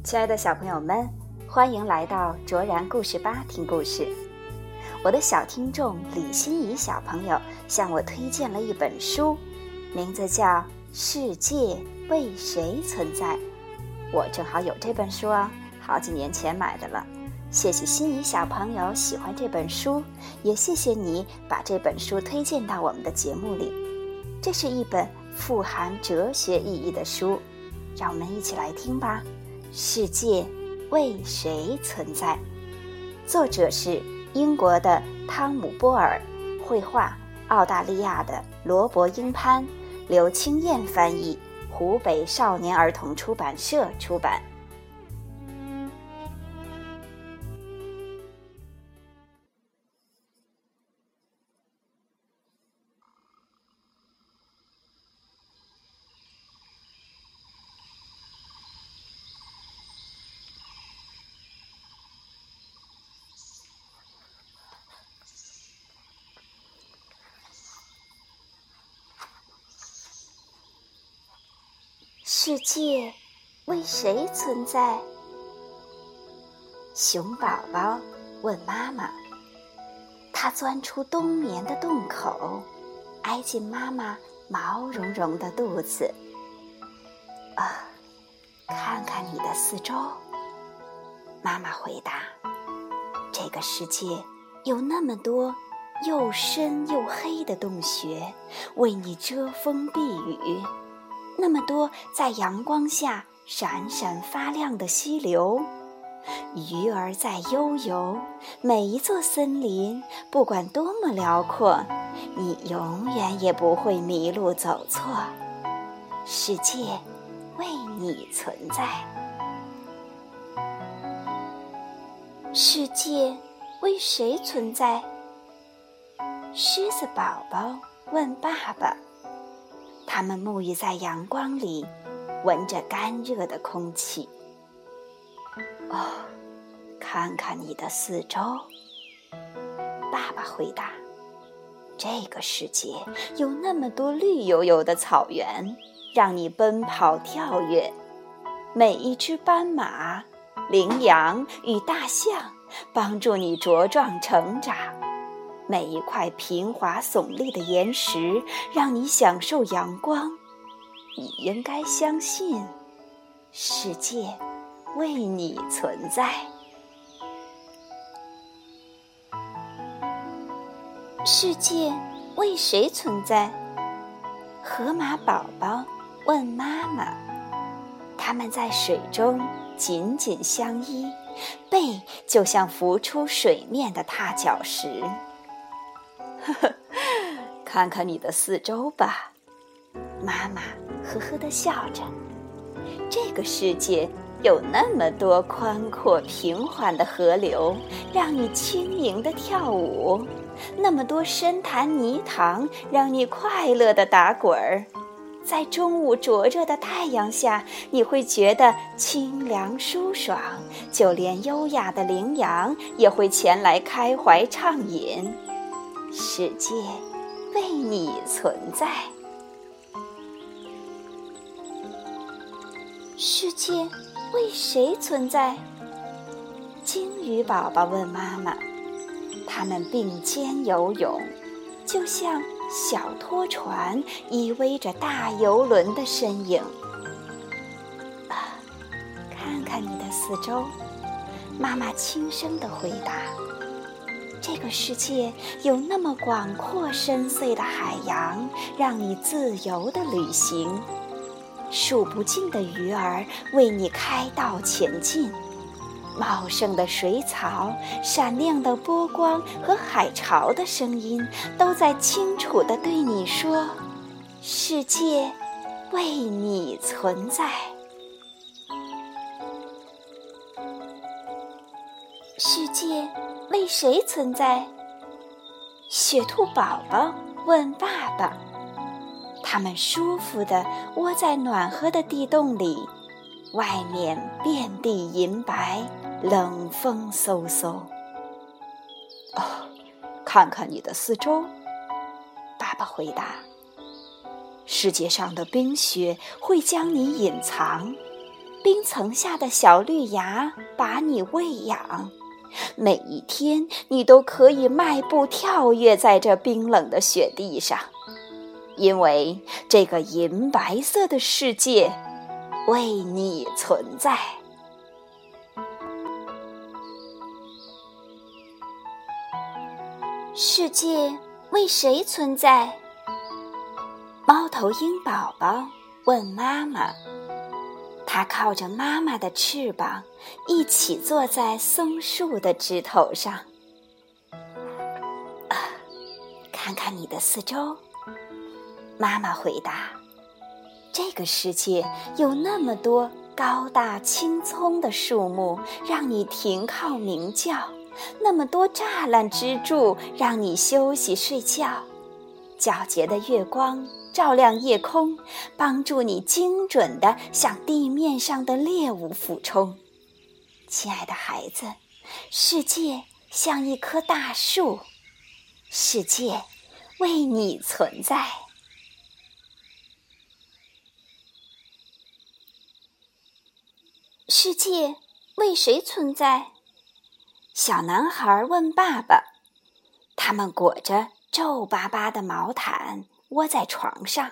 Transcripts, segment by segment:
亲爱的小朋友们，欢迎来到卓然故事吧听故事。我的小听众李欣怡小朋友向我推荐了一本书，名字叫《世界为谁存在》。我正好有这本书哦，好几年前买的了。谢谢欣怡小朋友喜欢这本书，也谢谢你把这本书推荐到我们的节目里。这是一本富含哲学意义的书，让我们一起来听吧。世界为谁存在？作者是英国的汤姆·波尔，绘画澳大利亚的罗伯·英潘，刘清燕翻译，湖北少年儿童出版社出版。世界为谁存在？熊宝宝问妈妈，他钻出冬眠的洞口，挨进妈妈毛茸茸的肚子。看看你的四周。妈妈回答，这个世界有那么多又深又黑的洞穴，为你遮风避雨，那么多在阳光下闪闪发亮的溪流，鱼儿在悠游。每一座森林，不管多么辽阔，你永远也不会迷路走错。世界为你存在。世界为谁存在？狮子宝宝问爸爸。他们沐浴在阳光里，闻着干热的空气。看看你的四周。爸爸回答，这个世界有那么多绿油油的草原，让你奔跑跳跃。每一只斑马、羚羊与大象帮助你茁壮成长。每一块平滑耸立的岩石让你享受阳光。你应该相信，世界为你存在。世界为谁存在？河马宝宝问妈妈。他们在水中紧紧相依，背就像浮出水面的踏脚石。看看你的四周吧。妈妈呵呵地笑着。这个世界有那么多宽阔平缓的河流，让你轻盈地跳舞，那么多深潭泥塘，让你快乐地打滚儿。在中午灼热的太阳下，你会觉得清凉舒爽，就连优雅的羚羊也会前来开怀畅饮。世界为你存在。世界为谁存在？鲸鱼宝宝问妈妈。他们并肩游泳，就像小拖船依偎着大游轮的身影。看看你的四周。妈妈轻声地回答，这个世界有那么广阔深邃的海洋，让你自由地旅行。数不尽的鱼儿为你开道前进。茂盛的水草、闪亮的波光和海潮的声音，都在清楚地对你说，世界为你存在。世界为谁存在？雪兔宝宝问爸爸。他们舒服地窝在暖和的地洞里，外面遍地银白，冷风嗖嗖。看看你的四周。爸爸回答，世界上的冰雪会将你隐藏， 冰层下的小绿芽把你喂养，每一天你都可以迈步跳跃在这冰冷的雪地上，因为这个银白色的世界为你存在。世界为谁存在？猫头鹰宝宝问妈妈。它靠着妈妈的翅膀，一起坐在松树的枝头上。看看你的四周，妈妈回答。这个世界有那么多高大青葱的树木，让你停靠鸣叫，那么多栅栏支柱，让你休息睡觉。皎洁的月光照亮夜空，帮助你精准地向地面上的猎物俯冲。亲爱的孩子，世界像一棵大树，世界为你存在。世界为谁存在？小男孩问爸爸。他们裹着皱巴巴的毛毯，窝在床上。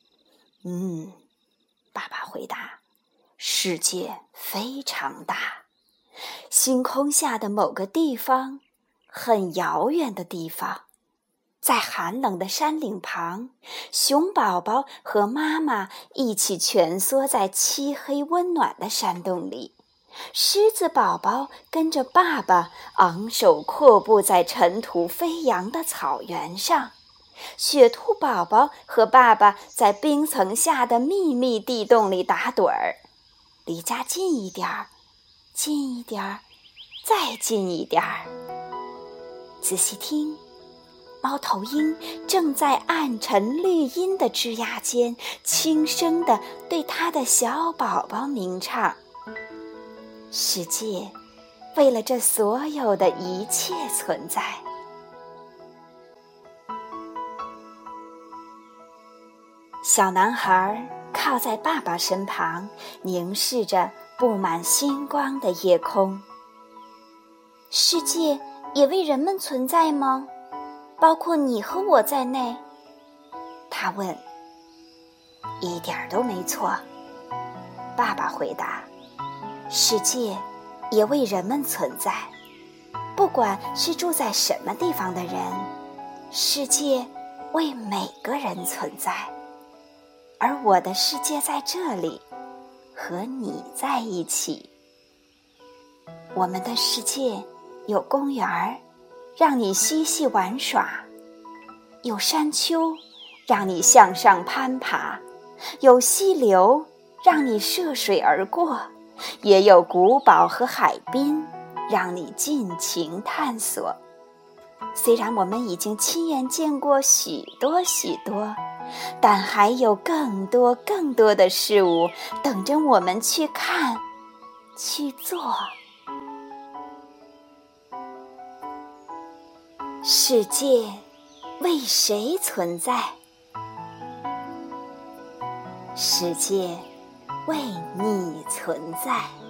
爸爸回答，世界非常大，星空下的某个地方，很遥远的地方，在寒冷的山岭旁，熊宝宝和妈妈一起蜷缩在漆黑温暖的山洞里。狮子宝宝跟着爸爸昂首阔步在尘土飞扬的草原上，雪兔宝宝和爸爸在冰层下的秘密地洞里打盹儿。离家近一点儿，近一点儿，再近一点儿。仔细听，猫头鹰正在暗沉绿荫的枝桠间轻声地对它的小宝宝鸣唱。世界为了这所有的一切存在。小男孩靠在爸爸身旁，凝视着布满星光的夜空。世界也为人们存在吗？包括你和我在内？他问。一点都没错，爸爸回答。世界也为人们存在，不管是住在什么地方的人，世界为每个人存在。而我的世界在这里，和你在一起。我们的世界有公园，让你嬉戏玩耍；有山丘，让你向上攀爬；有溪流，让你涉水而过；也有古堡和海滨，让你尽情探索。虽然我们已经亲眼见过许多许多，但还有更多更多的事物等着我们去看，去做。世界为谁存在？世界为你存在。